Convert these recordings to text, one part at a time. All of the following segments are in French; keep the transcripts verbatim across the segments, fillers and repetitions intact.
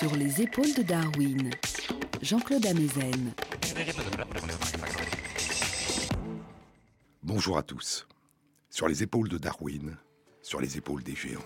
Sur les épaules de Darwin, Jean-Claude Amezen. Bonjour à tous. Sur les épaules de Darwin, sur les épaules des géants.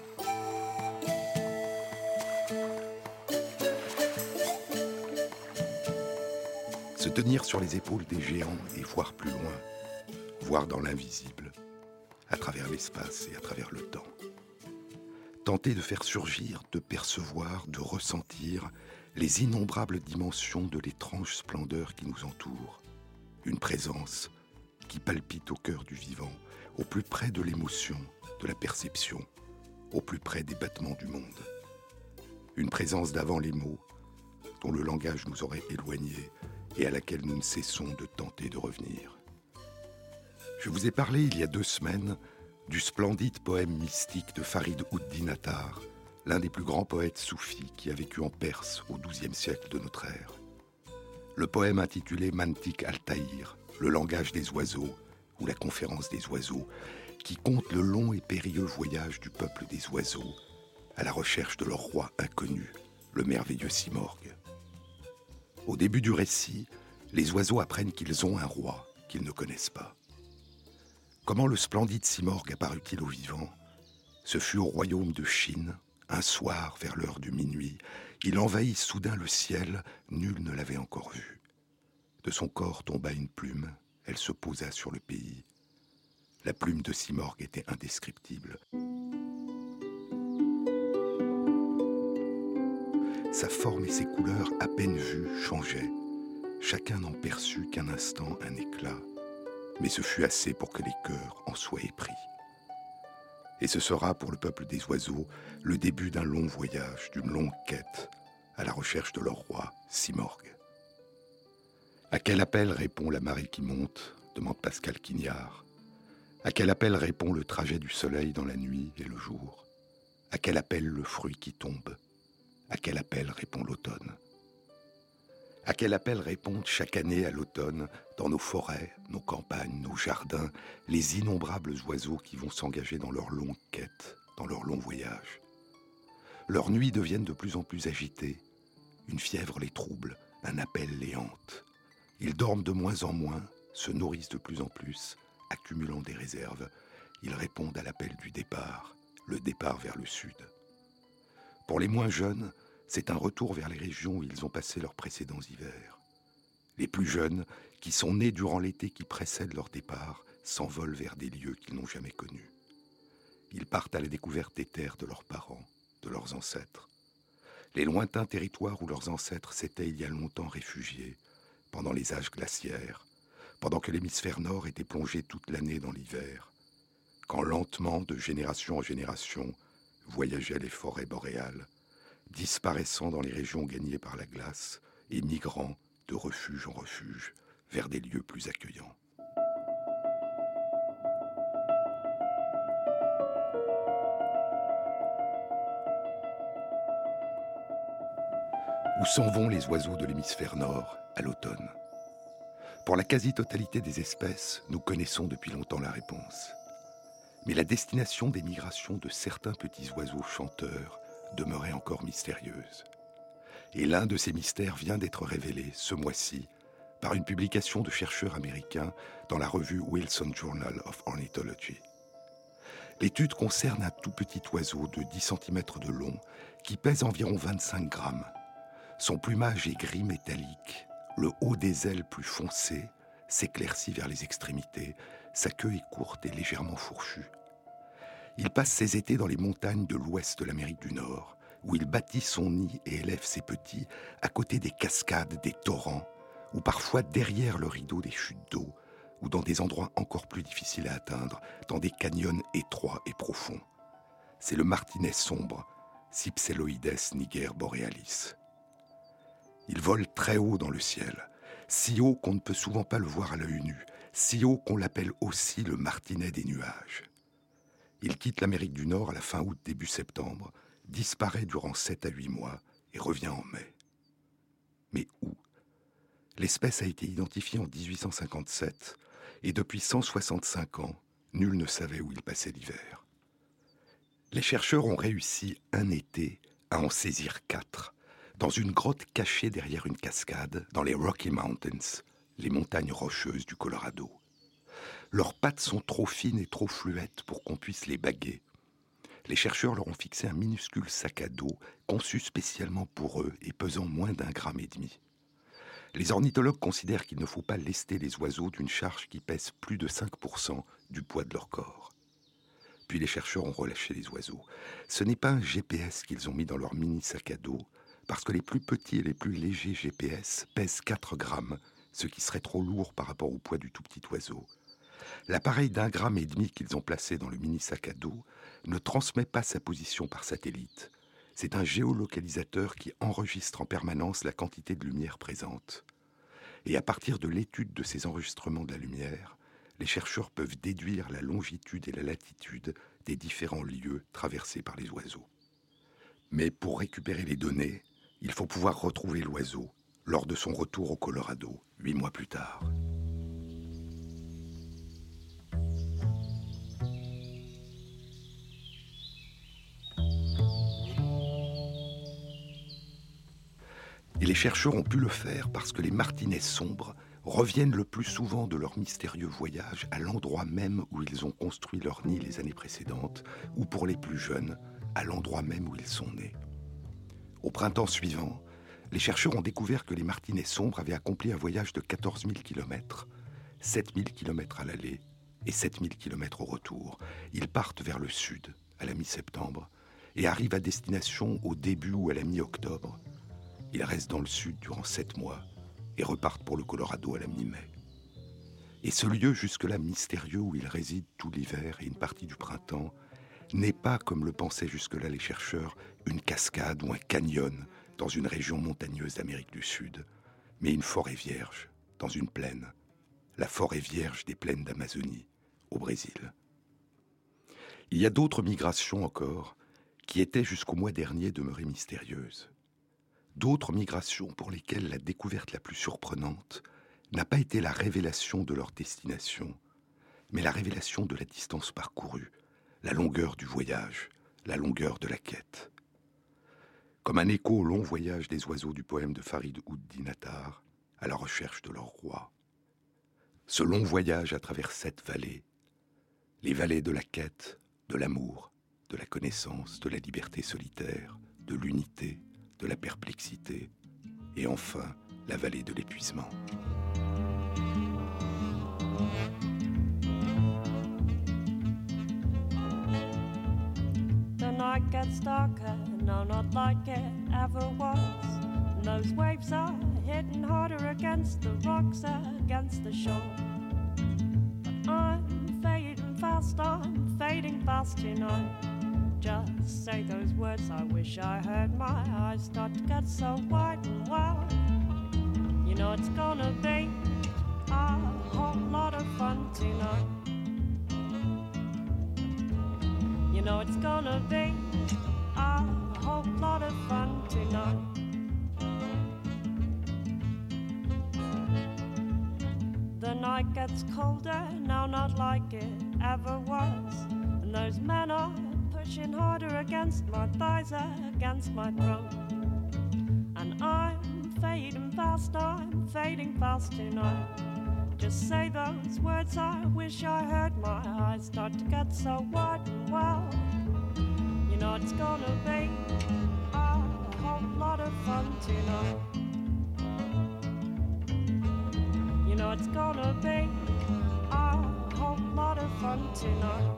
Se tenir sur les épaules des géants et voir plus loin, voir dans l'invisible, à travers l'espace et à travers le temps. Tenter de faire surgir, de percevoir, de ressentir les innombrables dimensions de l'étrange splendeur qui nous entoure. Une présence qui palpite au cœur du vivant, au plus près de l'émotion, de la perception, au plus près des battements du monde. Une présence d'avant les mots, dont le langage nous aurait éloignés et à laquelle nous ne cessons de tenter de revenir. Je vous ai parlé il y a deux semaines du splendide poème mystique de Farid Oud-Din Attar, l'un des plus grands poètes soufis qui a vécu en Perse au douzième siècle de notre ère. Le poème intitulé Mantik al-Tahir, le langage des oiseaux, ou la conférence des oiseaux, qui conte le long et périlleux voyage du peuple des oiseaux à la recherche de leur roi inconnu, le merveilleux Simorgue. Au début du récit, les oiseaux apprennent qu'ils ont un roi qu'ils ne connaissent pas. Comment le splendide Simorgue apparut-il aux vivants ? Ce fut au royaume de Chine, un soir vers l'heure du minuit. Il envahit soudain le ciel, nul ne l'avait encore vu. De son corps tomba une plume, elle se posa sur le pays. La plume de Simorgue était indescriptible. Sa forme et ses couleurs, à peine vues, changeaient. Chacun n'en perçut qu'un instant un éclat. Mais ce fut assez pour que les cœurs en soient épris. Et ce sera pour le peuple des oiseaux le début d'un long voyage, d'une longue quête, à la recherche de leur roi, Simorgue. À quel appel répond la marée qui monte, demande Pascal Quignard. À quel appel répond le trajet du soleil dans la nuit et le jour? À quel appel le fruit qui tombe? À quel appel répond l'automne? À quel appel répondent chaque année à l'automne, dans nos forêts, nos campagnes, nos jardins, les innombrables oiseaux qui vont s'engager dans leur longue quête, dans leur long voyage? Leurs nuits deviennent de plus en plus agitées. Une fièvre les trouble, un appel les hante. Ils dorment de moins en moins, se nourrissent de plus en plus, accumulant des réserves. Ils répondent à l'appel du départ, le départ vers le sud. Pour les moins jeunes, c'est un retour vers les régions où ils ont passé leurs précédents hivers. Les plus jeunes, qui sont nés durant l'été qui précède leur départ, s'envolent vers des lieux qu'ils n'ont jamais connus. Ils partent à la découverte des terres de leurs parents, de leurs ancêtres. Les lointains territoires où leurs ancêtres s'étaient il y a longtemps réfugiés, pendant les âges glaciaires, pendant que l'hémisphère nord était plongé toute l'année dans l'hiver, quand lentement, de génération en génération, voyageaient les forêts boréales, disparaissant dans les régions gagnées par la glace et migrant de refuge en refuge vers des lieux plus accueillants. Où s'en vont les oiseaux de l'hémisphère nord à l'automne? Pour la quasi-totalité des espèces, nous connaissons depuis longtemps la réponse. Mais la destination des migrations de certains petits oiseaux chanteurs demeurait encore mystérieuse. Et l'un de ces mystères vient d'être révélé ce mois-ci par une publication de chercheurs américains dans la revue Wilson Journal of Ornithology. L'étude concerne un tout petit oiseau de dix centimètres de long qui pèse environ vingt-cinq grammes. Son plumage est gris métallique, le haut des ailes plus foncé s'éclaircit vers les extrémités, sa queue est courte et légèrement fourchue. Il passe ses étés dans les montagnes de l'ouest de l'Amérique du Nord, où il bâtit son nid et élève ses petits à côté des cascades, des torrents, ou parfois derrière le rideau des chutes d'eau, ou dans des endroits encore plus difficiles à atteindre, dans des canyons étroits et profonds. C'est le martinet sombre, Cypseloides niger borealis. Il vole très haut dans le ciel, si haut qu'on ne peut souvent pas le voir à l'œil nu, si haut qu'on l'appelle aussi le martinet des nuages. Il quitte l'Amérique du Nord à la fin août, début septembre, disparaît durant sept à huit mois et revient en mai. Mais où ? L'espèce a été identifiée en dix-huit cent cinquante-sept et depuis cent soixante-cinq ans, nul ne savait où il passait l'hiver. Les chercheurs ont réussi un été à en saisir quatre, Dans une grotte cachée derrière une cascade, dans les Rocky Mountains, les montagnes rocheuses du Colorado. Leurs pattes sont trop fines et trop fluettes pour qu'on puisse les baguer. Les chercheurs leur ont fixé un minuscule sac à dos, conçu spécialement pour eux et pesant moins d'un gramme et demi. Les ornithologues considèrent qu'il ne faut pas lester les oiseaux d'une charge qui pèse plus de cinq pour cent du poids de leur corps. Puis les chercheurs ont relâché les oiseaux. Ce n'est pas un G P S qu'ils ont mis dans leur mini sac à dos, parce que les plus petits et les plus légers G P S pèsent quatre grammes, ce qui serait trop lourd par rapport au poids du tout petit oiseau. L'appareil d'un gramme et demi qu'ils ont placé dans le mini sac à dos ne transmet pas sa position par satellite. C'est un géolocalisateur qui enregistre en permanence la quantité de lumière présente. Et à partir de l'étude de ces enregistrements de la lumière, les chercheurs peuvent déduire la longitude et la latitude des différents lieux traversés par les oiseaux. Mais pour récupérer les données, il faut pouvoir retrouver l'oiseau lors de son retour au Colorado, huit mois plus tard. Et les chercheurs ont pu le faire parce que les martinets sombres reviennent le plus souvent de leur mystérieux voyage à l'endroit même où ils ont construit leur nid les années précédentes, ou pour les plus jeunes, à l'endroit même où ils sont nés. Au printemps suivant, les chercheurs ont découvert que les martinets sombres avaient accompli un voyage de quatorze mille kilomètres, sept mille kilomètres à l'aller et sept mille kilomètres au retour. Ils partent vers le sud, à la mi-septembre, et arrivent à destination au début ou à la mi-octobre. Ils restent dans le sud durant sept mois et repartent pour le Colorado à la mi-mai. Et ce lieu jusque-là mystérieux où ils résident tout l'hiver et une partie du printemps n'est pas, comme le pensaient jusque-là les chercheurs, une cascade ou un canyon dans une région montagneuse d'Amérique du Sud, mais une forêt vierge dans une plaine, la forêt vierge des plaines d'Amazonie, au Brésil. Il y a d'autres migrations encore qui étaient jusqu'au mois dernier demeurées mystérieuses. D'autres migrations pour lesquelles la découverte la plus surprenante n'a pas été la révélation de leur destination, mais la révélation de la distance parcourue, la longueur du voyage, la longueur de la quête. Comme un écho au long voyage des oiseaux du poème de Farid Ould Dinatar, à la recherche de leur roi. Ce long voyage à travers sept vallées, les vallées de la quête, de l'amour, de la connaissance, de la liberté solitaire, de l'unité, de la perplexité, et enfin la vallée de l'épuisement. The night gets darker, no, not like it ever was. And those waves are hitting harder against the rocks, against the shore. But I'm fading fast, I'm fading fast tonight. Just say those words, I wish I heard. My eyes start to get so wide and wild. You know it's gonna be a whole lot of fun tonight. You know it's gonna be a whole lot of fun tonight. The night gets colder, now not like it ever was. And those men are pushing harder against my thighs, against my throat. And I'm fading fast, I'm fading fast tonight. Just say those words, I wish I heard. My eyes start to get so wide and wild. You know it's gonna be a whole lot of fun tonight. You know it's gonna be a whole lot of fun tonight.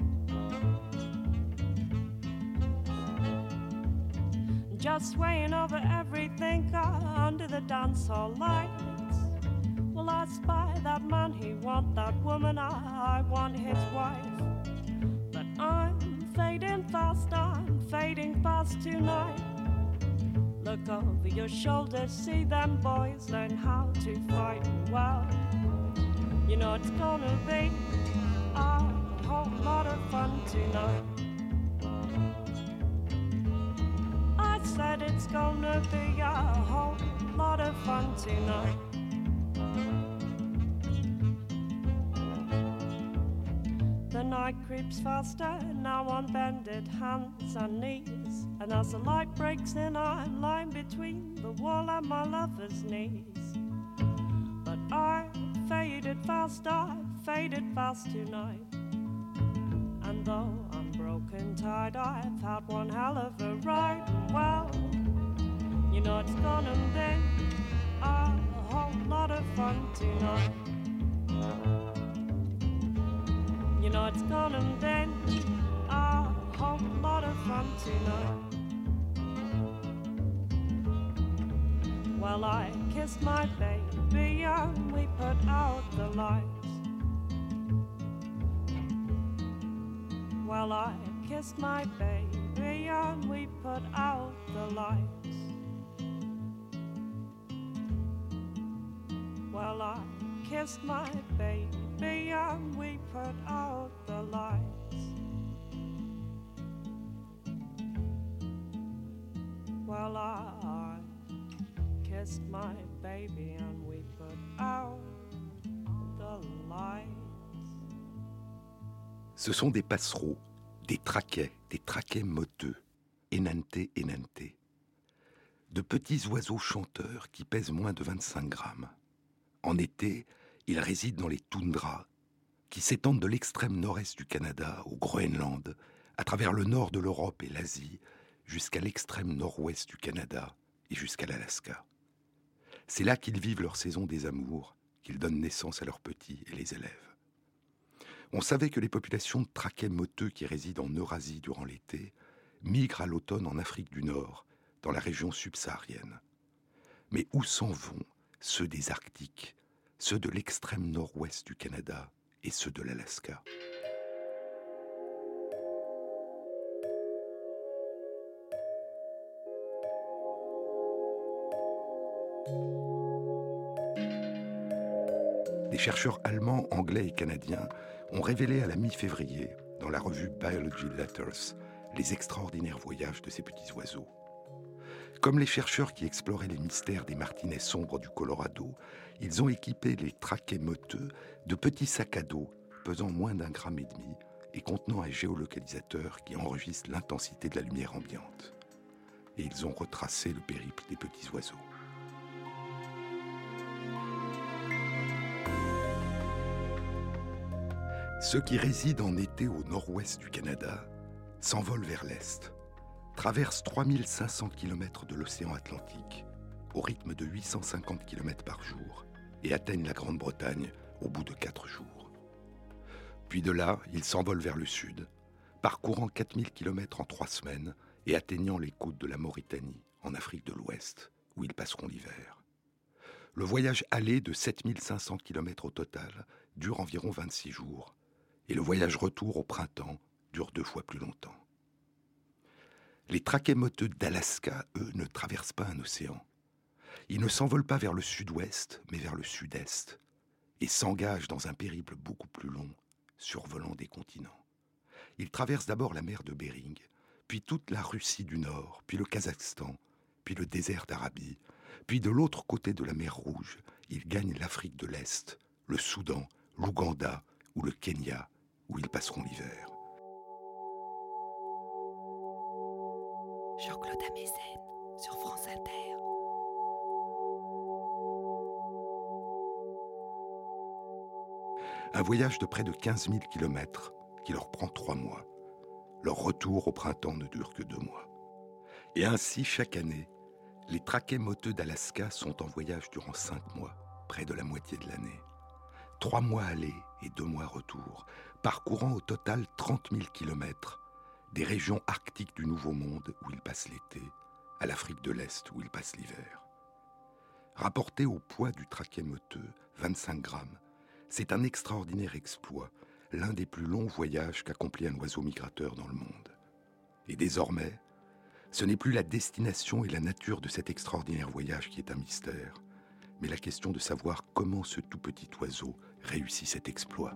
Just swaying over everything under the dance hall lights. Well, I spy that man, he want that woman, I, I want his wife. But I'm fading fast, I'm fading fast tonight. Look over your shoulder, see them boys learn how to fight well. You know it's gonna be a whole lot of fun tonight. I said it's gonna be a whole lot of fun tonight. the night creeps faster, now on bended hands and knees. And as the light breaks in, I'm lying between the wall and my lover's knees. But I faded fast, I faded fast tonight. And though I'm broken tired, I've had one hell of a ride. And well, you know it's gonna be a whole lot of fun tonight. You know it's gonna be a whole lot of fun tonight. Well, I kissed my baby and we put out the lights. Well, I kissed my baby and we put out the lights. Well, I kissed my baby and we put out the lights. Well, I kissed my baby and we put out the lights. Ce sont des passereaux, des traquets, des traquets moteux, enante, enante. De petits oiseaux chanteurs qui pèsent moins de vingt-cinq grammes. En été, ils résident dans les toundras, qui s'étendent de l'extrême nord-est du Canada au Groenland, à travers le nord de l'Europe et l'Asie, jusqu'à l'extrême nord-ouest du Canada et jusqu'à l'Alaska. C'est là qu'ils vivent leur saison des amours, qu'ils donnent naissance à leurs petits et les élèvent. On savait que les populations de traquets moteux qui résident en Eurasie durant l'été migrent à l'automne en Afrique du Nord, dans la région subsaharienne. Mais où s'en vont ceux des Arctiques, ceux de l'extrême nord-ouest du Canada et ceux de l'Alaska? Des chercheurs allemands, anglais et canadiens ont révélé à la mi-février, dans la revue Biology Letters, les extraordinaires voyages de ces petits oiseaux. Comme les chercheurs qui exploraient les mystères des martinets sombres du Colorado, ils ont équipé les traquets moteux de petits sacs à dos pesant moins d'un gramme et demi et contenant un géolocalisateur qui enregistre l'intensité de la lumière ambiante. Et ils ont retracé le périple des petits oiseaux. Ceux qui résident en été au nord-ouest du Canada s'envolent vers l'est, traversent trois mille cinq cents kilomètres de l'océan Atlantique au rythme de huit cent cinquante kilomètres par jour et atteignent la Grande-Bretagne au bout de quatre jours. Puis de là, ils s'envolent vers le sud, parcourant quatre mille kilomètres en trois semaines et atteignant les côtes de la Mauritanie, en Afrique de l'Ouest, où ils passeront l'hiver. Le voyage aller de sept mille cinq cents kilomètres au total dure environ vingt-six jours, et le voyage retour au printemps dure deux fois plus longtemps. Les traquets moteux d'Alaska, eux, ne traversent pas un océan. Ils ne s'envolent pas vers le sud-ouest, mais vers le sud-est, et s'engagent dans un périple beaucoup plus long, survolant des continents. Ils traversent d'abord la mer de Bering, puis toute la Russie du Nord, puis le Kazakhstan, puis le désert d'Arabie, puis de l'autre côté de la mer Rouge, ils gagnent l'Afrique de l'Est, le Soudan, l'Ouganda ou le Kenya, où ils passeront l'hiver. Jean-Claude Amezen sur France Inter. Un voyage de près de quinze mille kilomètres qui leur prend trois mois. Leur retour au printemps ne dure que deux mois. Et ainsi, chaque année, les traquets moteux d'Alaska sont en voyage durant cinq mois, près de la moitié de l'année. Trois mois aller et deux mois retour, parcourant au total trente mille kilomètres, des régions arctiques du Nouveau Monde où ils passent l'été, à l'Afrique de l'Est où ils passent l'hiver. Rapporté au poids du traquet moteux, vingt-cinq grammes, c'est un extraordinaire exploit, l'un des plus longs voyages qu'accomplit un oiseau migrateur dans le monde. Et désormais, ce n'est plus la destination et la nature de cet extraordinaire voyage qui est un mystère, mais la question de savoir comment ce tout petit oiseau réussit cet exploit.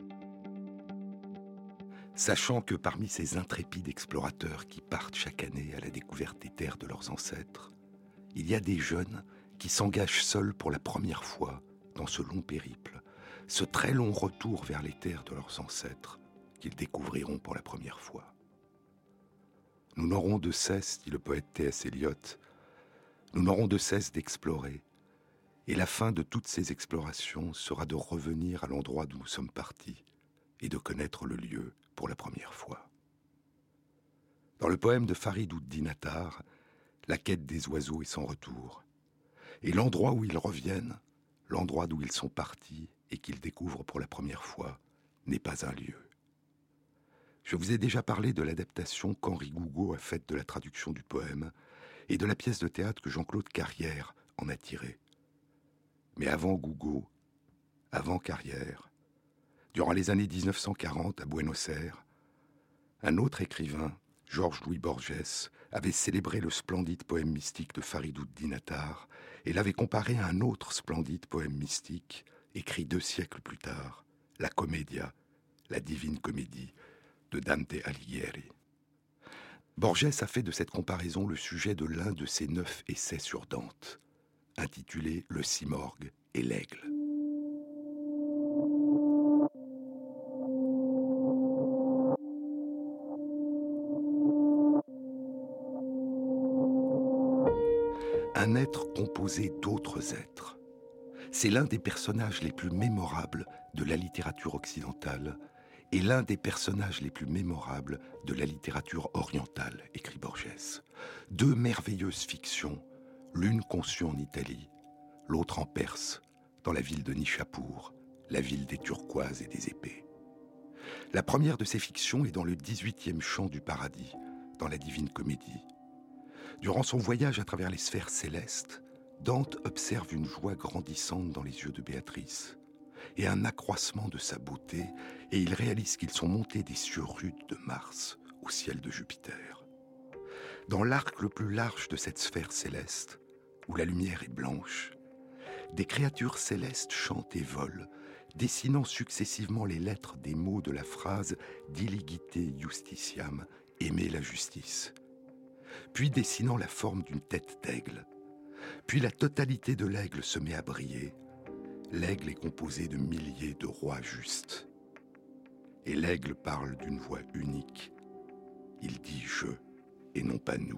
Sachant que parmi ces intrépides explorateurs qui partent chaque année à la découverte des terres de leurs ancêtres, il y a des jeunes qui s'engagent seuls pour la première fois dans ce long périple, ce très long retour vers les terres de leurs ancêtres, qu'ils découvriront pour la première fois. Nous n'aurons de cesse, dit le poète T S Eliot, nous n'aurons de cesse d'explorer, et la fin de toutes ces explorations sera de revenir à l'endroit d'où nous sommes partis et de connaître le lieu pour la première fois. Dans le poème de Farid Oud-Din Attar, la quête des oiseaux est sans retour, et l'endroit où ils reviennent, l'endroit d'où ils sont partis et qu'ils découvrent pour la première fois, n'est pas un lieu. Je vous ai déjà parlé de l'adaptation qu'Henri Gougaud a faite de la traduction du poème et de la pièce de théâtre que Jean-Claude Carrière en a tirée. Mais avant Gougaud, avant Carrière, durant les années dix-neuf cent quarante à Buenos Aires, un autre écrivain, Georges Louis Borges, avait célébré le splendide poème mystique de Farid Oud-Din Attar et l'avait comparé à un autre splendide poème mystique, écrit deux siècles plus tard, la Commedia, la Divine Comédie, de Dante Alighieri. Borges a fait de cette comparaison le sujet de l'un de ses neuf essais sur Dante, intitulé « Le Simorgue et l'Aigle ». Un être composé d'autres êtres. C'est l'un des personnages les plus mémorables de la littérature occidentale et l'un des personnages les plus mémorables de la littérature orientale, écrit Borges. Deux merveilleuses fictions, l'une conçue en Italie, l'autre en Perse, dans la ville de Nishapur, la ville des turquoises et des épées. La première de ces fictions est dans le dix-huitième chant du paradis, dans la Divine Comédie. Durant son voyage à travers les sphères célestes, Dante observe une joie grandissante dans les yeux de Béatrice et un accroissement de sa beauté, et il réalise qu'ils sont montés des cieux rudes de Mars au ciel de Jupiter. Dans l'arc le plus large de cette sphère céleste, où la lumière est blanche, des créatures célestes chantent et volent, dessinant successivement les lettres des mots de la phrase « diligite justitiam » « aimer la justice », puis dessinant la forme d'une tête d'aigle. Puis la totalité de l'aigle se met à briller. L'aigle est composé de milliers de rois justes. Et l'aigle parle d'une voix unique. Il dit « je » et non pas « nous ».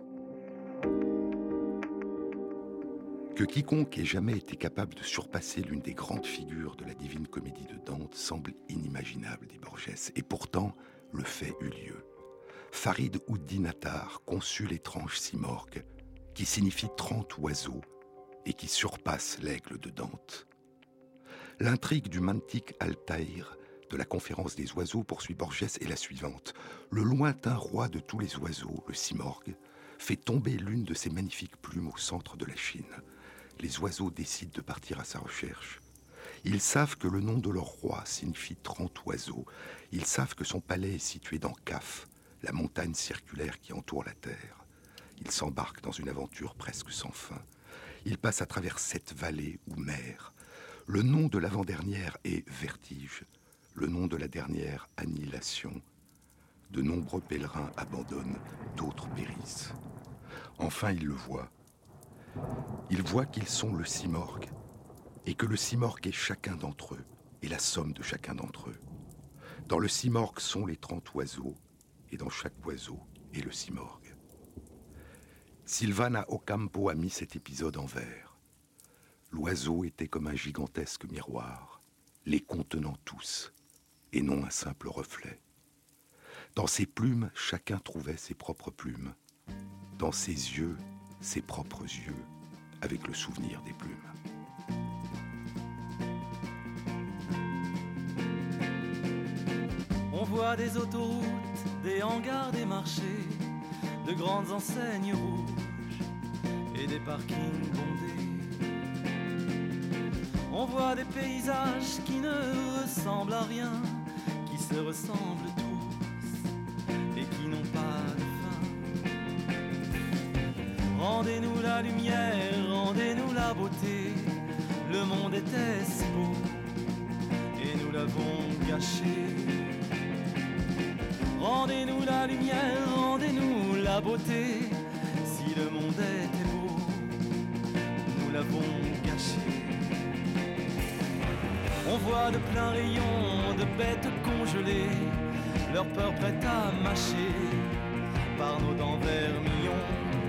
Que quiconque ait jamais été capable de surpasser l'une des grandes figures de la Divine Comédie de Dante semble inimaginable, dit Borges, et pourtant le fait eut lieu. Farid Oud-Din Attar conçut l'étrange simorgue, qui signifie trente oiseaux et qui surpasse l'aigle de Dante. L'intrigue du Mantik Altaïr de la conférence des oiseaux, poursuit Borges, est la suivante. Le lointain roi de tous les oiseaux, le simorgue, fait tomber l'une de ses magnifiques plumes au centre de la Chine. Les oiseaux décident de partir à sa recherche. Ils savent que le nom de leur roi signifie trente oiseaux. Ils savent que son palais est situé dans Kaf, la montagne circulaire qui entoure la Terre. Ils s'embarquent dans une aventure presque sans fin. Ils passent à travers sept vallées ou mers. Le nom de l'avant-dernière est Vertige. Le nom de la dernière, Annihilation. De nombreux pèlerins abandonnent, d'autres périssent. Enfin, ils le voient. Ils voient qu'ils sont le simorgue, et que le simorgue est chacun d'entre eux, et la somme de chacun d'entre eux. Dans le simorgue sont les trente oiseaux, et dans chaque oiseau est le simorgue. Silvana Ocampo a mis cet épisode en vers. L'oiseau était comme un gigantesque miroir, les contenant tous, et non un simple reflet. Dans ses plumes, chacun trouvait ses propres plumes. Dans ses yeux, ses propres yeux, avec le souvenir des plumes. On voit des autoroutes, des hangars, des marchés, de grandes enseignes rouges et des parkings bondés. On voit des paysages qui ne ressemblent à rien, qui se ressemblent tous et qui n'ont pas de fin. Rendez-nous la lumière, rendez-nous la beauté. Le monde était si beau et nous l'avons gâché. Rendez-nous la lumière, rendez-nous la beauté. Si le monde était beau, nous l'avons gâché. On voit de pleins rayons de bêtes congelées leur peur prête à mâcher par nos dents vermillons.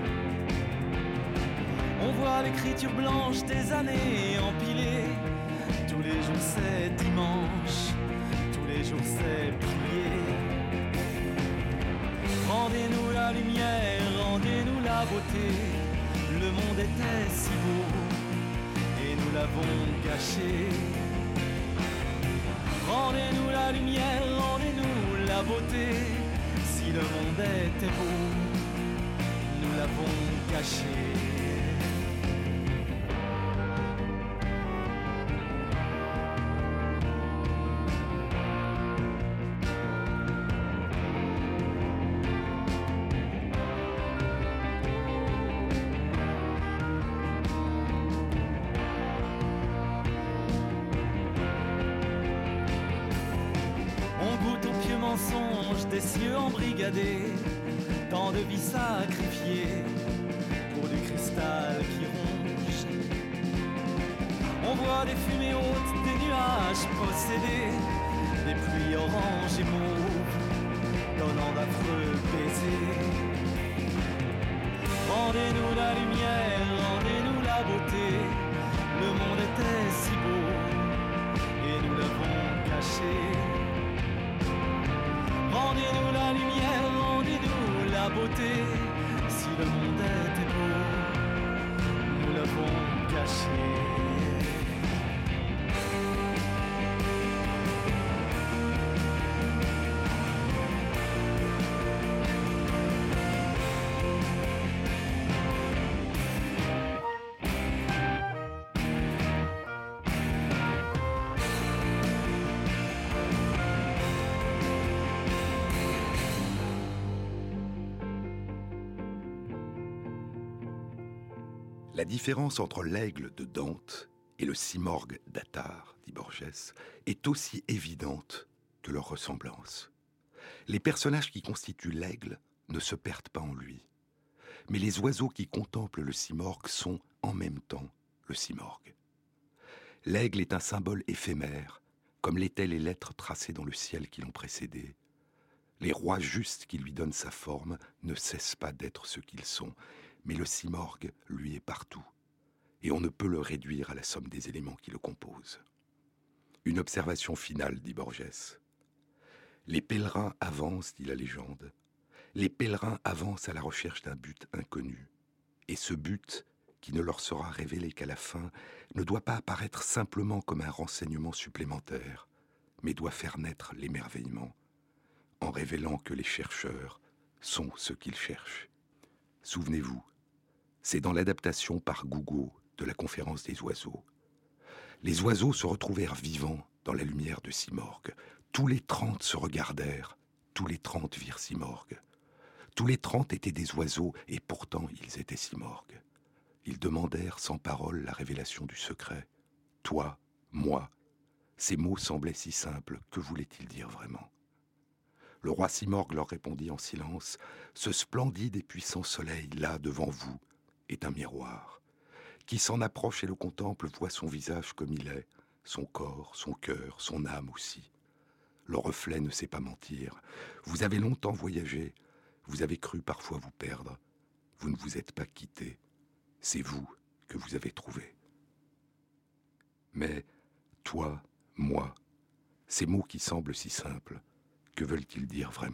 On voit l'écriture blanche des années empilées. Tous les jours c'est dimanche, tous les jours c'est prier. Rendez-nous la lumière, rendez-nous la beauté. Le monde était si beau et nous l'avons gâché. Rendez-nous la lumière, rendez-nous la beauté. Si le monde était beau, nous l'avons gâché. Des cieux embrigadés, tant de vies sacrifiées pour du cristal qui ronge. On voit des fumées hautes, des nuages possédés, des pluies oranges et mauves, donnant d'affreux baisers. Rendez-nous la lumière, rendez-nous la beauté. Le monde était si beau et nous l'avons caché. Rendez-nous la lumière, rendez-nous la beauté. Si le monde était beau, nous l'avons caché. La différence entre l'aigle de Dante et le simorgue d'Attar, dit Borges, est aussi évidente que leur ressemblance. Les personnages qui constituent l'aigle ne se perdent pas en lui. Mais les oiseaux qui contemplent le simorgue sont, en même temps, le simorgue. L'aigle est un symbole éphémère, comme l'étaient les lettres tracées dans le ciel qui l'ont précédé. Les rois justes qui lui donnent sa forme ne cessent pas d'être ce qu'ils sont, mais le simorgue, lui, est partout, et on ne peut le réduire à la somme des éléments qui le composent. Une observation finale, dit Borges. Les pèlerins avancent, dit la légende. Les pèlerins avancent à la recherche d'un but inconnu, et ce but, qui ne leur sera révélé qu'à la fin, ne doit pas apparaître simplement comme un renseignement supplémentaire, mais doit faire naître l'émerveillement, en révélant que les chercheurs sont ce qu'ils cherchent. Souvenez-vous, c'est dans l'adaptation par Gougaud de la Conférence des oiseaux. Les oiseaux se retrouvèrent vivants dans la lumière de Simorgue. Tous les trente se regardèrent, tous les trente virent Simorgue. Tous les trente étaient des oiseaux, et pourtant ils étaient Simorgue. Ils demandèrent sans parole la révélation du secret. Toi, moi. Ces mots semblaient si simples, que voulait-il dire vraiment ? Le roi Simorgue leur répondit en silence, « Ce splendide et puissant soleil, là, devant vous, est un miroir. Qui s'en approche et le contemple voit son visage comme il est, son corps, son cœur, son âme aussi. Le reflet ne sait pas mentir. Vous avez longtemps voyagé, vous avez cru parfois vous perdre. Vous ne vous êtes pas quitté. C'est vous que vous avez trouvé. Mais toi, moi, ces mots qui semblent si simples, que veulent-ils dire vraiment ?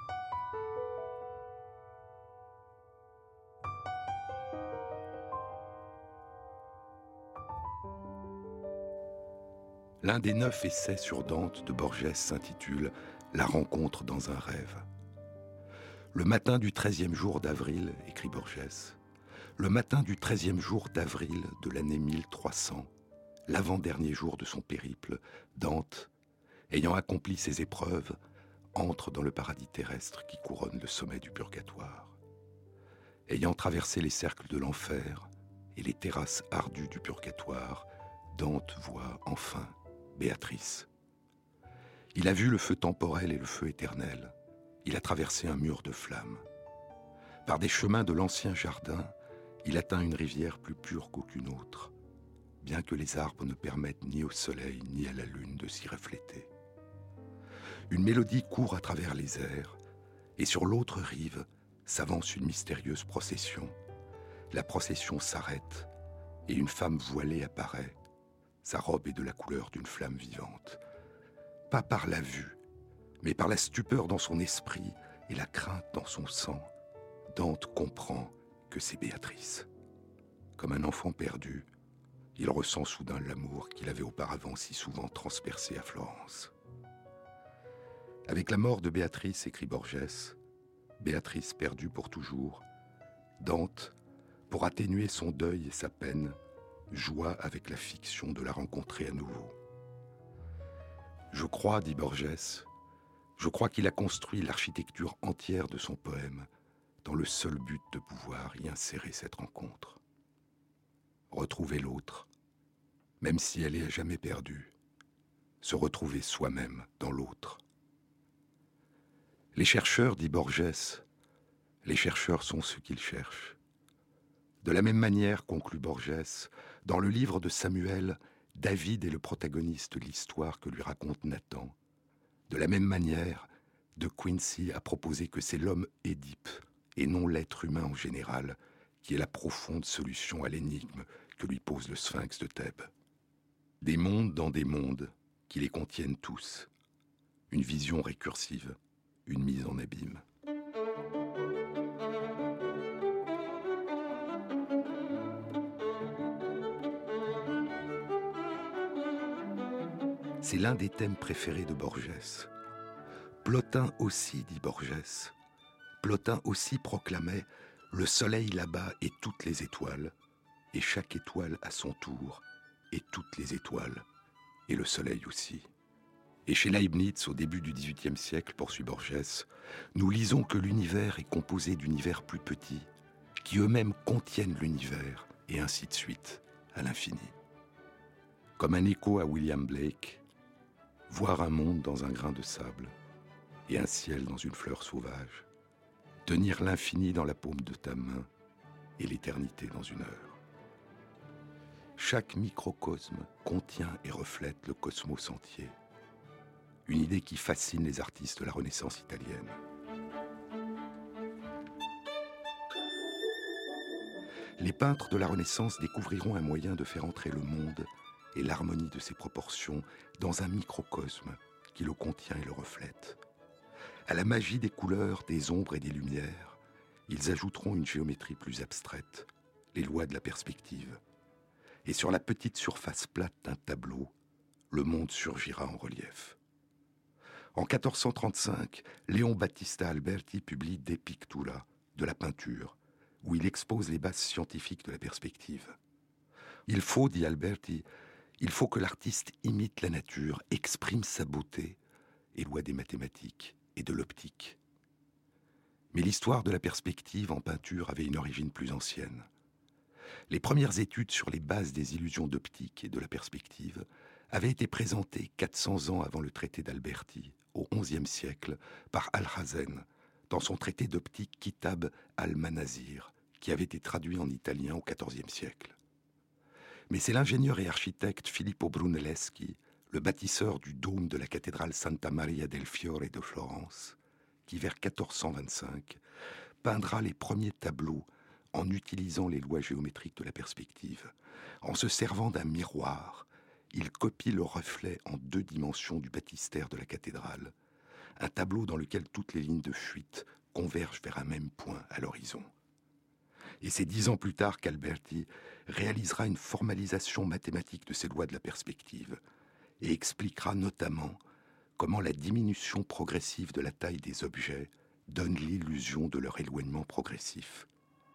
L'un des neuf essais sur Dante de Borges s'intitule « La rencontre dans un rêve ». Le matin du treizième jour d'avril, écrit Borges, le matin du treizième jour d'avril de l'année mille trois cents, l'avant-dernier jour de son périple, Dante, ayant accompli ses épreuves, entre dans le paradis terrestre qui couronne le sommet du purgatoire. Ayant traversé les cercles de l'enfer et les terrasses ardues du purgatoire, Dante voit enfin Béatrice. Il a vu le feu temporel et le feu éternel. Il a traversé un mur de flammes. Par des chemins de l'ancien jardin, il atteint une rivière plus pure qu'aucune autre, bien que les arbres ne permettent ni au soleil ni à la lune de s'y refléter. une mélodie court à travers les airs, et sur l'autre rive s'avance une mystérieuse procession. La procession s'arrête, et une femme voilée apparaît. Sa robe est de la couleur d'une flamme vivante. Pas par la vue, mais par la stupeur dans son esprit et la crainte dans son sang, Dante comprend que c'est Béatrice. Comme un enfant perdu, il ressent soudain l'amour qu'il avait auparavant si souvent transpercé à Florence. Avec la mort de Béatrice, écrit Borges, Béatrice perdue pour toujours, Dante, pour atténuer son deuil et sa peine, joua avec la fiction de la rencontrer à nouveau. Je crois, dit Borges, je crois qu'il a construit l'architecture entière de son poème dans le seul but de pouvoir y insérer cette rencontre. Retrouver l'autre, même si elle est à jamais perdue, se retrouver soi-même dans l'autre. Les chercheurs, dit Borges, les chercheurs sont ceux qu'ils cherchent. De la même manière, conclut Borges, dans le livre de Samuel, David est le protagoniste de l'histoire que lui raconte Nathan. De la même manière, De Quincey a proposé que c'est l'homme Édipe, et non l'être humain en général, qui est la profonde solution à l'énigme que lui pose le sphinx de Thèbes. Des mondes dans des mondes qui les contiennent tous. Une vision récursive, une mise en abîme. C'est l'un des thèmes préférés de Borges. Plotin aussi, dit Borges, Plotin aussi proclamait « Le soleil là-bas et toutes les étoiles, et chaque étoile à son tour, et toutes les étoiles, et le soleil aussi. » Et chez Leibniz, au début du dix-huitième siècle, poursuit Borges, nous lisons que l'univers est composé d'univers plus petits, qui eux-mêmes contiennent l'univers, et ainsi de suite, à l'infini. Comme un écho à William Blake, voir un monde dans un grain de sable, et un ciel dans une fleur sauvage, tenir l'infini dans la paume de ta main, et l'éternité dans une heure. Chaque microcosme contient et reflète le cosmos entier. Une idée qui fascine les artistes de la Renaissance italienne. Les peintres de la Renaissance découvriront un moyen de faire entrer le monde et l'harmonie de ses proportions dans un microcosme qui le contient et le reflète. À la magie des couleurs, des ombres et des lumières, ils ajouteront une géométrie plus abstraite, les lois de la perspective. Et sur la petite surface plate d'un tableau, le monde surgira en relief. En quatorze cent trente-cinq, Léon Battista Alberti publie De Pictura, de la peinture, où il expose les bases scientifiques de la perspective. Il faut, dit Alberti, il faut que l'artiste imite la nature, exprime sa beauté et lois des mathématiques et de l'optique. Mais l'histoire de la perspective en peinture avait une origine plus ancienne. Les premières études sur les bases des illusions d'optique et de la perspective avaient été présentées quatre cents ans avant le traité d'Alberti, au onzième siècle, par Alhazen, dans son traité d'optique Kitab al-Manazir, qui avait été traduit en italien au quatorzième siècle. Mais c'est l'ingénieur et architecte Filippo Brunelleschi, le bâtisseur du dôme de la cathédrale Santa Maria del Fiore de Florence, qui vers quatorze cent vingt-cinq peindra les premiers tableaux en utilisant les lois géométriques de la perspective. En se servant d'un miroir, il copie le reflet en deux dimensions du baptistère de la cathédrale, un tableau dans lequel toutes les lignes de fuite convergent vers un même point à l'horizon. Et c'est dix ans plus tard qu'Alberti réalisera une formalisation mathématique de ces lois de la perspective et expliquera notamment comment la diminution progressive de la taille des objets donne l'illusion de leur éloignement progressif.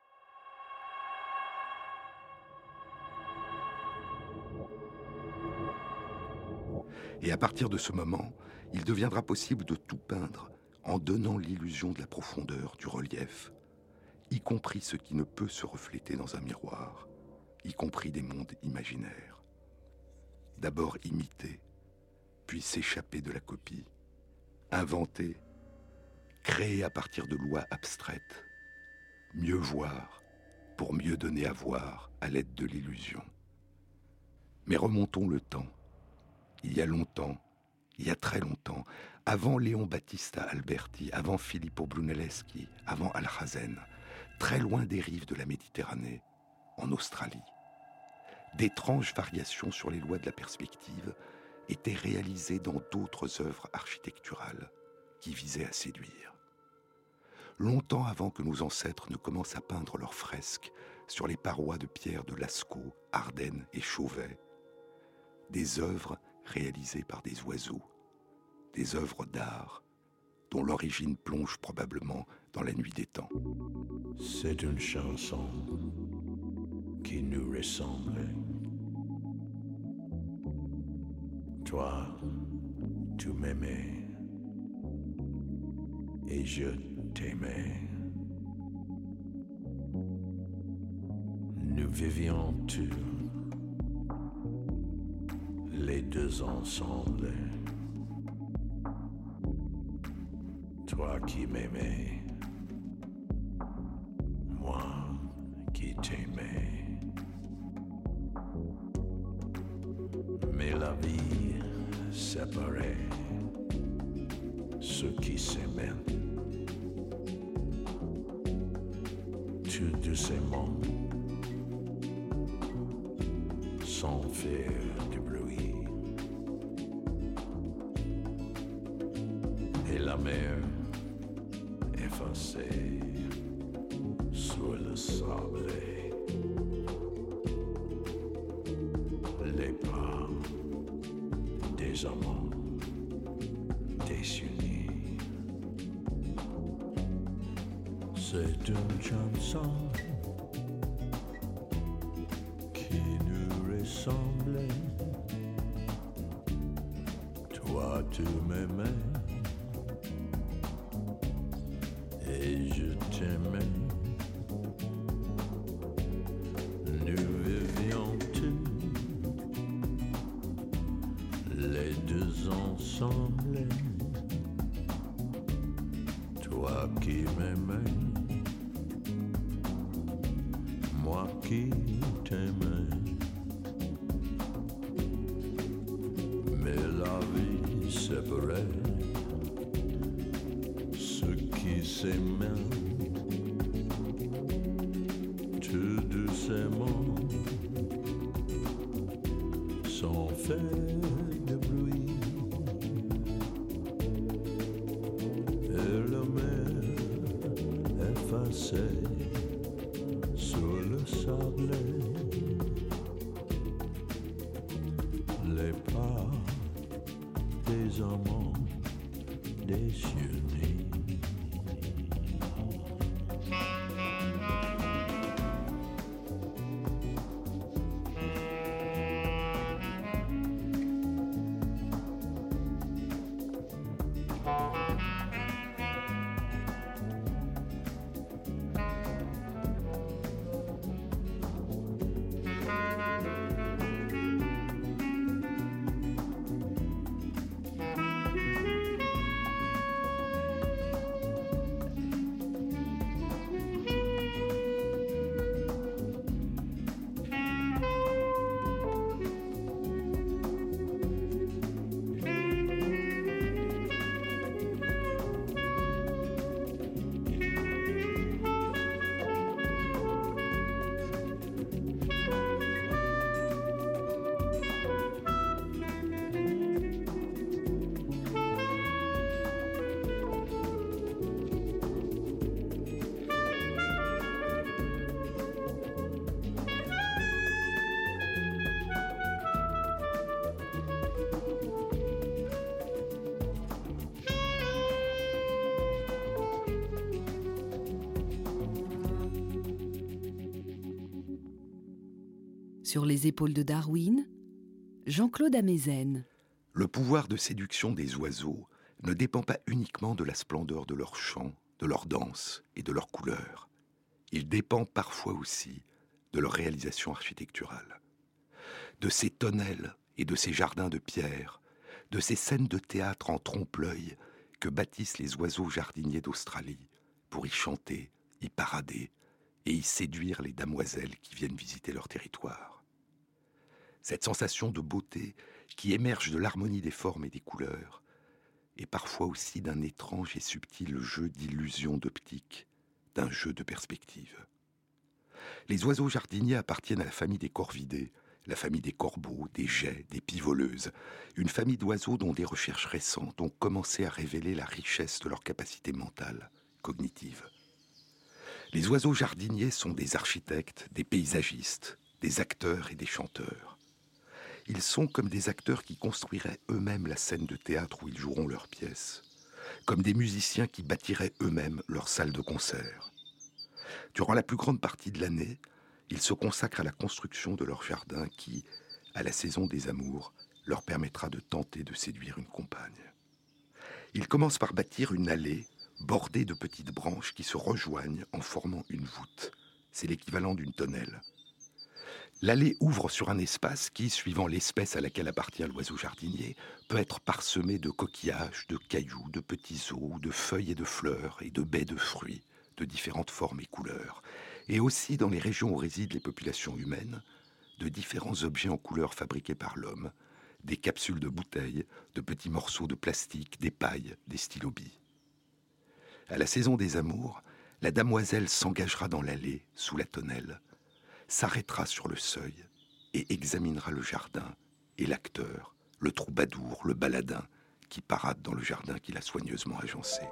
Et à partir de ce moment, il deviendra possible de tout peindre en donnant l'illusion de la profondeur, du relief, y compris ce qui ne peut se refléter dans un miroir, y compris des mondes imaginaires. D'abord imiter, puis s'échapper de la copie, inventer, créer à partir de lois abstraites, mieux voir pour mieux donner à voir à l'aide de l'illusion. Mais remontons le temps. Il y a longtemps, il y a très longtemps, Avant Léon Battista Alberti, avant Filippo Brunelleschi, avant Alhazen, très loin des rives de la Méditerranée, en Australie, d'étranges variations sur les lois de la perspective étaient réalisées dans d'autres œuvres architecturales qui visaient à séduire. Longtemps avant que nos ancêtres ne commencent à peindre leurs fresques sur les parois de pierre de Lascaux, Ardennes et Chauvet, des œuvres réalisées par des oiseaux, des œuvres d'art dont l'origine plonge probablement dans la nuit des temps. C'est une chanson qui nous ressemble. Toi, tu m'aimais et je t'aimais. Nous vivions tous les deux ensemble. Toi qui m'aimais, moi qui t'aimais. Mais la vie séparait ceux qui s'aimaient. Tout doucement, sans faire de bruit. Et la mer effacée sur le sable. Les pas des amants désunis. C'est une chanson qui nous ressemble. Toi tu m'aimais et je t'aimais. Nous vivions tous les deux ensemble. Toi qui m'aimais, moi qui t'aimais. Mais la vie séparait ceux qui s'aimaient. Tout doucement, sans faire de bruit. Et la mer effacée sur le sable. Les pas des amants désunis. Sur les épaules de Darwin, Jean-Claude Amezen. Le pouvoir de séduction des oiseaux ne dépend pas uniquement de la splendeur de leur chant, de leur danse et de leurs couleurs. Il dépend parfois aussi de leur réalisation architecturale. De ces tonnelles et de ces jardins de pierre, de ces scènes de théâtre en trompe-l'œil que bâtissent les oiseaux jardiniers d'Australie pour y chanter, y parader et y séduire les damoiselles qui viennent visiter leur territoire. Cette sensation de beauté qui émerge de l'harmonie des formes et des couleurs et parfois aussi d'un étrange et subtil jeu d'illusions d'optique, d'un jeu de perspective. Les oiseaux jardiniers appartiennent à la famille des corvidés, la famille des corbeaux, des geais, des pivoleuses, une famille d'oiseaux dont des recherches récentes ont commencé à révéler la richesse de leur capacité mentale, cognitive. Les oiseaux jardiniers sont des architectes, des paysagistes, des acteurs et des chanteurs. Ils sont comme des acteurs qui construiraient eux-mêmes la scène de théâtre où ils joueront leurs pièces, comme des musiciens qui bâtiraient eux-mêmes leur salle de concert. Durant la plus grande partie de l'année, ils se consacrent à la construction de leur jardin qui, à la saison des amours, leur permettra de tenter de séduire une compagne. Ils commencent par bâtir une allée bordée de petites branches qui se rejoignent en formant une voûte. C'est l'équivalent d'une tonnelle. L'allée ouvre sur un espace qui, suivant l'espèce à laquelle appartient l'oiseau jardinier, peut être parsemé de coquillages, de cailloux, de petits os, de feuilles et de fleurs et de baies de fruits de différentes formes et couleurs, et aussi dans les régions où résident les populations humaines, de différents objets en couleurs fabriqués par l'homme, des capsules de bouteilles, de petits morceaux de plastique, des pailles, des stylobies. À la saison des amours, la damoiselle s'engagera dans l'allée, sous la tonnelle, s'arrêtera sur le seuil et examinera le jardin et l'acteur, le troubadour, le baladin, qui parade dans le jardin qu'il a soigneusement agencé.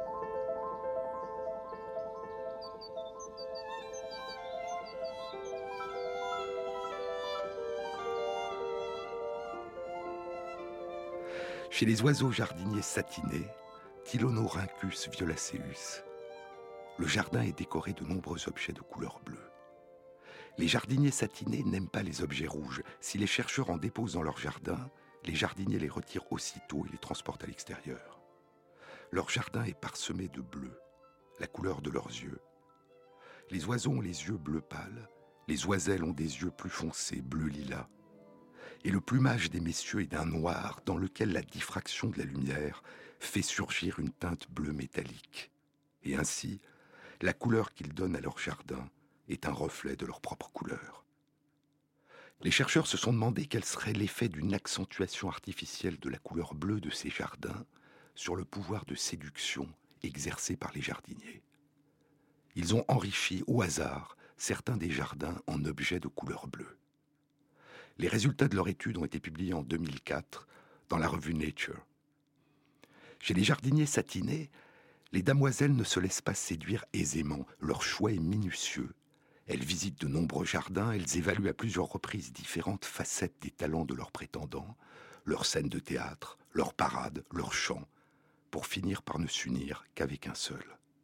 Chez les oiseaux jardiniers satinés, Tylonorhynchus violaceus, le jardin est décoré de nombreux objets de couleur bleue. Les jardiniers satinés n'aiment pas les objets rouges. Si les chercheurs en déposent dans leur jardin, les jardiniers les retirent aussitôt et les transportent à l'extérieur. Leur jardin est parsemé de bleu, la couleur de leurs yeux. Les oiseaux ont les yeux bleu pâle, les oiselles ont des yeux plus foncés, bleu lilas. Et le plumage des messieurs est d'un noir dans lequel la diffraction de la lumière fait surgir une teinte bleue métallique. Et ainsi, la couleur qu'ils donnent à leur jardin est un reflet de leur propre couleur. Les chercheurs se sont demandé quel serait l'effet d'une accentuation artificielle de la couleur bleue de ces jardins sur le pouvoir de séduction exercé par les jardiniers. Ils ont enrichi au hasard certains des jardins en objets de couleur bleue. Les résultats de leur étude ont été publiés en deux mille quatre dans la revue Nature. Chez les jardiniers satinés, les damoiselles ne se laissent pas séduire aisément. Leur choix est minutieux. Elles visitent de nombreux jardins, elles évaluent à plusieurs reprises différentes facettes des talents de leurs prétendants, leurs scènes de théâtre, leurs parades, leurs chants, pour finir par ne s'unir qu'avec un seul.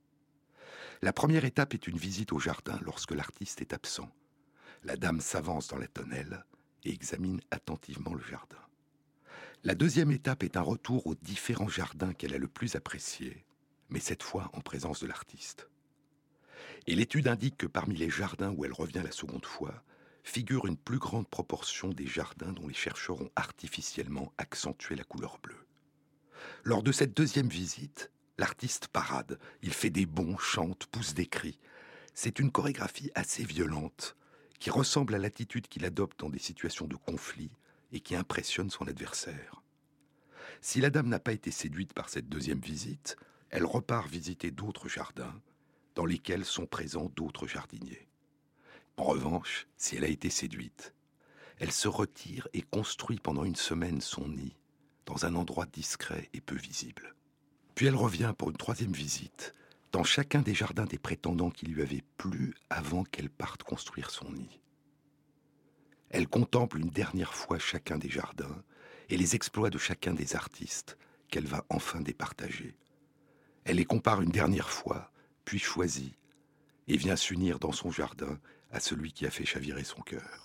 La première étape est une visite au jardin lorsque l'artiste est absent. La dame s'avance dans la tonnelle et examine attentivement le jardin. La deuxième étape est un retour aux différents jardins qu'elle a le plus appréciés, mais cette fois en présence de l'artiste. Et l'étude indique que parmi les jardins où elle revient la seconde fois, figure une plus grande proportion des jardins dont les chercheurs ont artificiellement accentué la couleur bleue. Lors de cette deuxième visite, l'artiste parade, il fait des bonds, chante, pousse des cris. C'est une chorégraphie assez violente, qui ressemble à l'attitude qu'il adopte dans des situations de conflit et qui impressionne son adversaire. Si la dame n'a pas été séduite par cette deuxième visite, elle repart visiter d'autres jardins dans lesquels sont présents d'autres jardiniers. En revanche, si elle a été séduite, elle se retire et construit pendant une semaine son nid dans un endroit discret et peu visible. Puis elle revient pour une troisième visite dans chacun des jardins des prétendants qui lui avaient plu avant qu'elle parte construire son nid. Elle contemple une dernière fois chacun des jardins et les exploits de chacun des artistes qu'elle va enfin départager. Elle les compare une dernière fois, puis choisit, et vient s'unir dans son jardin à celui qui a fait chavirer son cœur.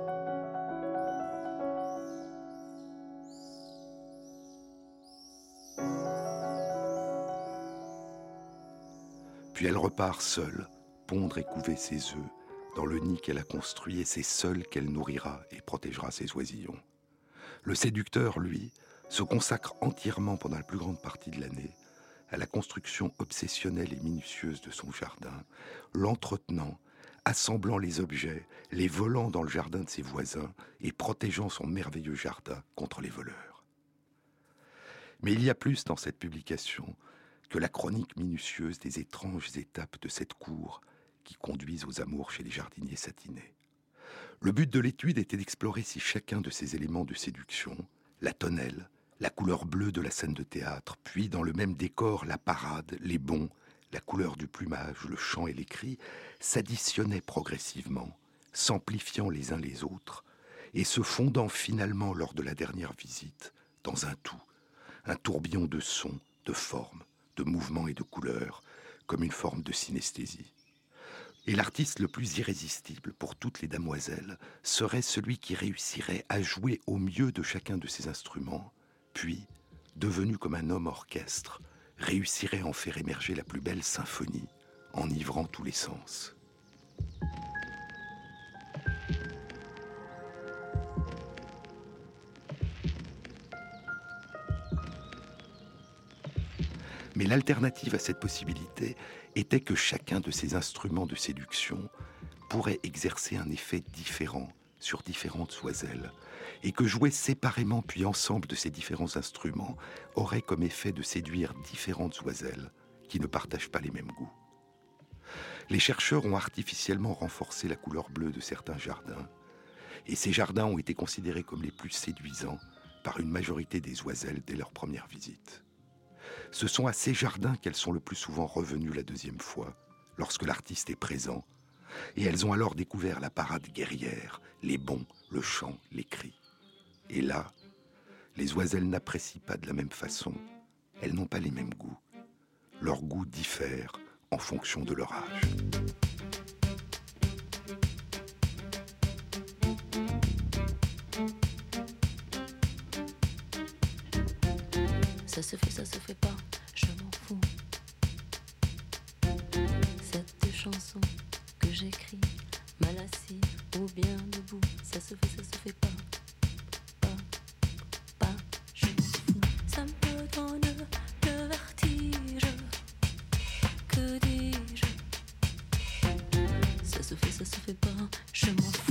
Puis elle repart seule, pondre et couver ses œufs dans le nid qu'elle a construit, et c'est seule qu'elle nourrira et protégera ses oisillons. Le séducteur, lui, se consacre entièrement pendant la plus grande partie de l'année à la construction obsessionnelle et minutieuse de son jardin, l'entretenant, assemblant les objets, les volant dans le jardin de ses voisins et protégeant son merveilleux jardin contre les voleurs. Mais il y a plus dans cette publication que la chronique minutieuse des étranges étapes de cette cour qui conduisent aux amours chez les jardiniers satinés. Le but de l'étude était d'explorer si chacun de ces éléments de séduction, la tonnelle, la couleur bleue de la scène de théâtre, puis dans le même décor, la parade, les bonds, la couleur du plumage, le chant et les cris, s'additionnaient progressivement, s'amplifiant les uns les autres, et se fondant finalement lors de la dernière visite dans un tout, un tourbillon de sons, de formes, de mouvements et de couleurs, comme une forme de synesthésie. Et l'artiste le plus irrésistible pour toutes les damoiselles serait celui qui réussirait à jouer au mieux de chacun de ces instruments, puis, devenu comme un homme orchestre, réussirait à en faire émerger la plus belle symphonie, enivrant tous les sens. Mais l'alternative à cette possibilité était que chacun de ces instruments de séduction pourrait exercer un effet différent sur différentes oiselles, et que jouer séparément puis ensemble de ces différents instruments aurait comme effet de séduire différentes oiselles qui ne partagent pas les mêmes goûts. Les chercheurs ont artificiellement renforcé la couleur bleue de certains jardins, et ces jardins ont été considérés comme les plus séduisants par une majorité des oiselles dès leur première visite. Ce sont à ces jardins qu'elles sont le plus souvent revenues la deuxième fois, lorsque l'artiste est présent, et elles ont alors découvert la parade guerrière, les bonds, le chant, les cris. Et là, les oiselles n'apprécient pas de la même façon, elles n'ont pas les mêmes goûts. Leurs goûts diffèrent en fonction de leur âge. Ça se fait, ça se fait pas, je m'en fous. Cette chanson que j'écris, mal assis ou bien debout, ça se fait, ça se fait pas, pas, pas, je m'en fous. Ça me donne le vertige, que dis-je? Ça se fait, ça se fait pas, je m'en fous.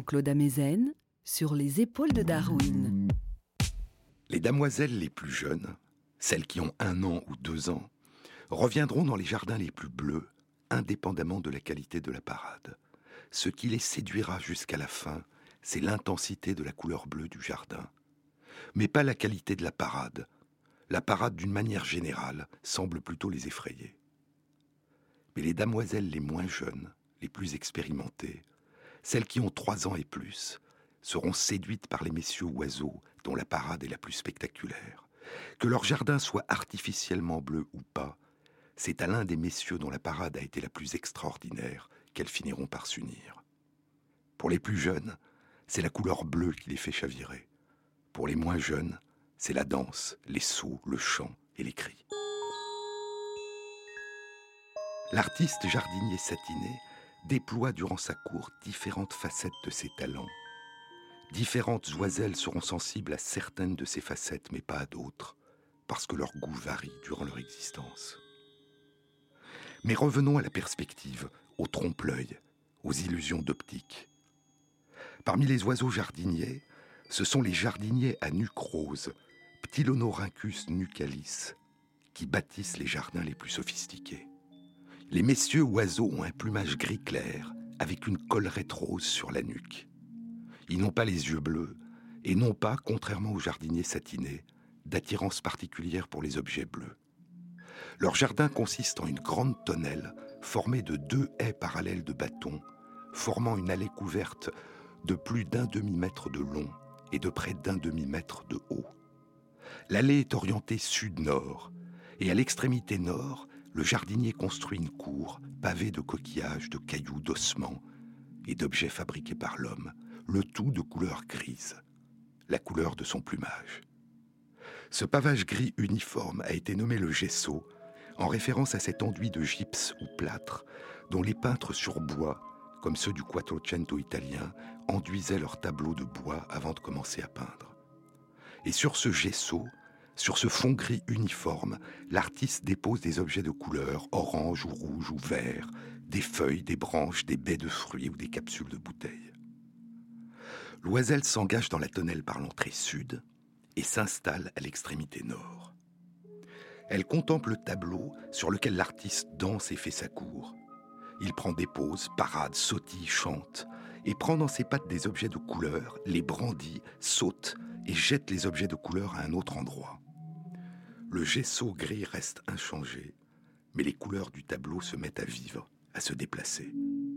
Jean-Claude Amezen sur les épaules de Darwin. Les damoiselles les plus jeunes, celles qui ont un an ou deux ans, reviendront dans les jardins les plus bleus, indépendamment de la qualité de la parade. Ce qui les séduira jusqu'à la fin, c'est l'intensité de la couleur bleue du jardin. Mais pas la qualité de la parade. La parade, d'une manière générale, semble plutôt les effrayer. Mais les damoiselles les moins jeunes, les plus expérimentées, celles qui ont trois ans et plus, seront séduites par les messieurs oiseaux dont la parade est la plus spectaculaire. Que leur jardin soit artificiellement bleu ou pas, c'est à l'un des messieurs dont la parade a été la plus extraordinaire qu'elles finiront par s'unir. Pour les plus jeunes, c'est la couleur bleue qui les fait chavirer. Pour les moins jeunes, c'est la danse, les sauts, le chant et les cris. L'artiste jardinier satiné déploie durant sa cour différentes facettes de ses talents. Différentes oiselles seront sensibles à certaines de ces facettes, mais pas à d'autres, parce que leur goût varie durant leur existence. Mais revenons à la perspective, au trompe-l'œil, aux illusions d'optique. Parmi les oiseaux jardiniers, ce sont les jardiniers à nuque rose, Ptilonorhynchus nucalis, qui bâtissent les jardins les plus sophistiqués. Les messieurs oiseaux ont un plumage gris clair, avec une collerette rose sur la nuque. Ils n'ont pas les yeux bleus, et n'ont pas, contrairement aux jardiniers satinés, d'attirance particulière pour les objets bleus. Leur jardin consiste en une grande tonnelle formée de deux haies parallèles de bâtons, formant une allée couverte de plus d'un demi-mètre de long et de près d'un demi-mètre de haut. L'allée est orientée sud-nord, et à l'extrémité nord, le jardinier construit une cour pavée de coquillages, de cailloux, d'ossements et d'objets fabriqués par l'homme, le tout de couleur grise, la couleur de son plumage. Ce pavage gris uniforme a été nommé le gesso, en référence à cet enduit de gypse ou plâtre dont les peintres sur bois, comme ceux du Quattrocento italien, enduisaient leurs tableaux de bois avant de commencer à peindre. Et sur ce gesso, sur ce fond gris uniforme, l'artiste dépose des objets de couleur, orange ou rouge ou vert, des feuilles, des branches, des baies de fruits ou des capsules de bouteilles. L'oiselle s'engage dans la tonnelle par l'entrée sud et s'installe à l'extrémité nord. Elle contemple le tableau sur lequel l'artiste danse et fait sa cour. Il prend des pauses, parade, sautille, chante, et prend dans ses pattes des objets de couleur, les brandit, saute et jette les objets de couleur à un autre endroit. Le gesso gris reste inchangé, mais les couleurs du tableau se mettent à vivre, à se déplacer.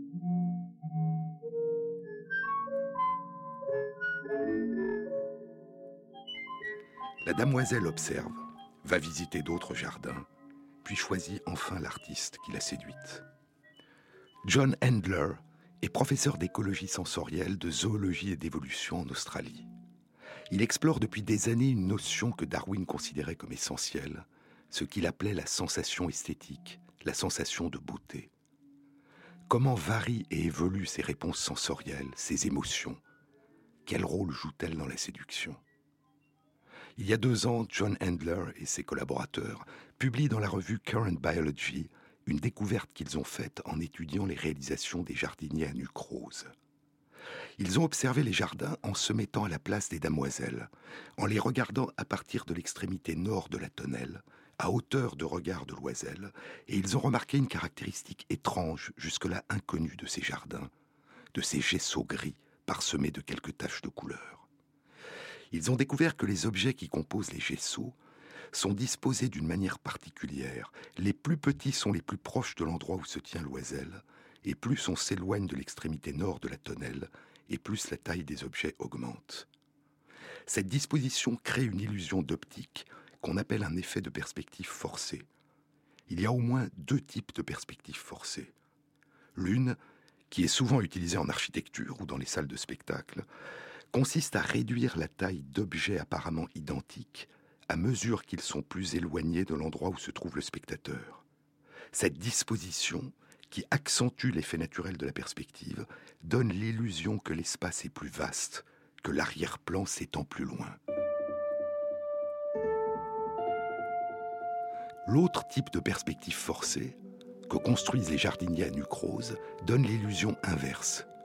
La damoiselle observe, va visiter d'autres jardins, puis choisit enfin l'artiste qui l'a séduite. John Handler est professeur d'écologie sensorielle, de zoologie et d'évolution en Australie. Il explore depuis des années une notion que Darwin considérait comme essentielle, ce qu'il appelait la sensation esthétique, la sensation de beauté. Comment varient et évoluent ces réponses sensorielles, ces émotions? Quel rôle jouent-elles dans la séduction? Il y a deux ans, John Handler et ses collaborateurs publient dans la revue Current Biology une découverte qu'ils ont faite en étudiant les réalisations des jardiniers à nuque rose. Ils ont observé les jardins en se mettant à la place des damoiselles, en les regardant à partir de l'extrémité nord de la tonnelle, à hauteur de regard de l'oiselle, et ils ont remarqué une caractéristique étrange, jusque-là inconnue de ces jardins, de ces gessos gris parsemés de quelques taches de couleur. Ils ont découvert que les objets qui composent les gessos sont disposés d'une manière particulière. Les plus petits sont les plus proches de l'endroit où se tient l'oiselle, et plus on s'éloigne de l'extrémité nord de la tonnelle, et plus la taille des objets augmente. Cette disposition crée une illusion d'optique qu'on appelle un effet de perspective forcée. Il y a au moins deux types de perspectives forcées. L'une, qui est souvent utilisée en architecture ou dans les salles de spectacle, consiste à réduire la taille d'objets apparemment identiques à mesure qu'ils sont plus éloignés de l'endroit où se trouve le spectateur. Cette disposition, qui accentue l'effet naturel de la perspective, donne l'illusion que l'espace est plus vaste, que l'arrière-plan s'étend plus loin. L'autre type de perspective forcée, que construisent les jardiniers à nuque rose, donne l'illusion inverse.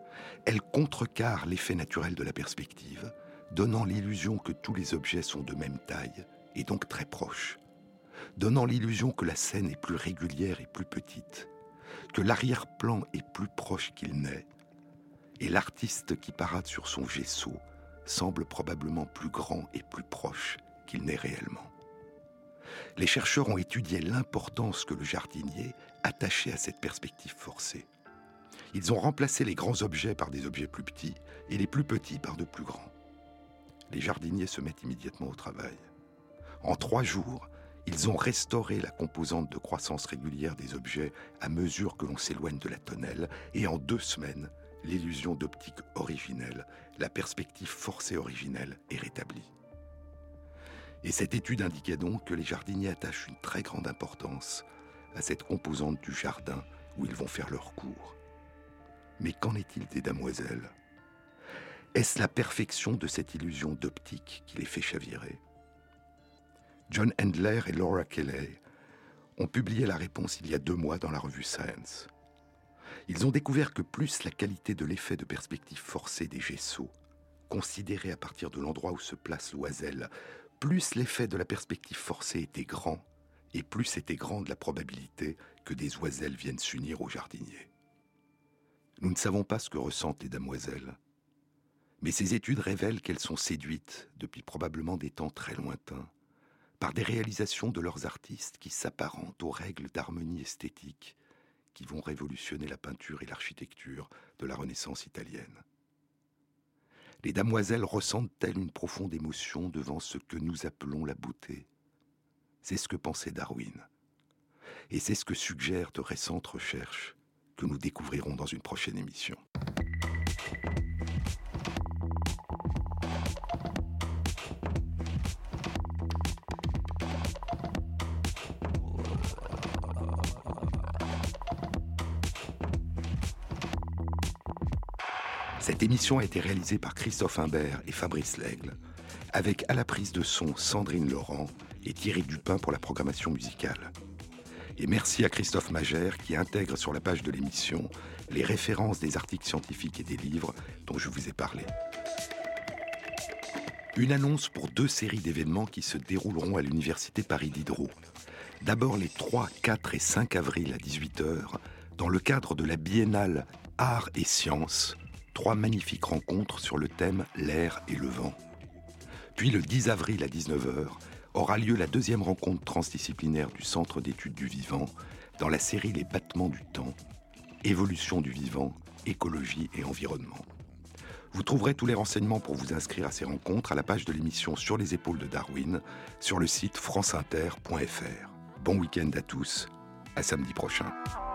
Elle contrecarre l'effet naturel de la perspective, donnant l'illusion que tous les objets sont de même taille et donc très proches, donnant l'illusion que la scène est plus régulière et plus petite, que l'arrière-plan est plus proche qu'il n'est, et l'artiste qui parade sur son gesso semble probablement plus grand et plus proche qu'il n'est réellement. Les chercheurs ont étudié l'importance que le jardinier attachait à cette perspective forcée. Ils ont remplacé les grands objets par des objets plus petits et les plus petits par de plus grands. Les jardiniers se mettent immédiatement au travail. En trois jours, ils ont restauré la composante de croissance régulière des objets à mesure que l'on s'éloigne de la tonnelle, et en deux semaines, l'illusion d'optique originelle, la perspective forcée originelle est rétablie. Et cette étude indiquait donc que les jardiniers attachent une très grande importance à cette composante du jardin où ils vont faire leur cours. Mais qu'en est-il des damoiselles ? Est-ce la perfection de cette illusion d'optique qui les fait chavirer ? John Handler et Laura Kelly ont publié la réponse il y a deux mois dans la revue Science. Ils ont découvert que plus la qualité de l'effet de perspective forcée des gessos, considéré à partir de l'endroit où se place l'oiselle, plus l'effet de la perspective forcée était grand, et plus était grande la probabilité que des oiselles viennent s'unir aux jardiniers. Nous ne savons pas ce que ressentent les damoiselles, mais ces études révèlent qu'elles sont séduites, depuis probablement des temps très lointains, par des réalisations de leurs artistes qui s'apparentent aux règles d'harmonie esthétique qui vont révolutionner la peinture et l'architecture de la Renaissance italienne. Les damoiselles ressentent-elles une profonde émotion devant ce que nous appelons la beauté ? C'est ce que pensait Darwin. Et c'est ce que suggèrent de récentes recherches que nous découvrirons dans une prochaine émission. Cette émission a été réalisée par Christophe Imbert et Fabrice Lègle, avec à la prise de son Sandrine Laurent et Thierry Dupin pour la programmation musicale. Et merci à Christophe Magère qui intègre sur la page de l'émission les références des articles scientifiques et des livres dont je vous ai parlé. Une annonce pour deux séries d'événements qui se dérouleront à l'Université Paris Diderot. D'abord les trois, quatre et cinq avril à dix-huit heures, dans le cadre de la biennale Arts et Sciences, trois magnifiques rencontres sur le thème « L'air et le vent ». Puis le dix avril à dix-neuf heures, aura lieu la deuxième rencontre transdisciplinaire du Centre d'études du vivant dans la série Les battements du temps, évolution du vivant, écologie et environnement. Vous trouverez tous les renseignements pour vous inscrire à ces rencontres à la page de l'émission Sur les épaules de Darwin sur le site franceinter point f r. Bon week-end à tous, à samedi prochain.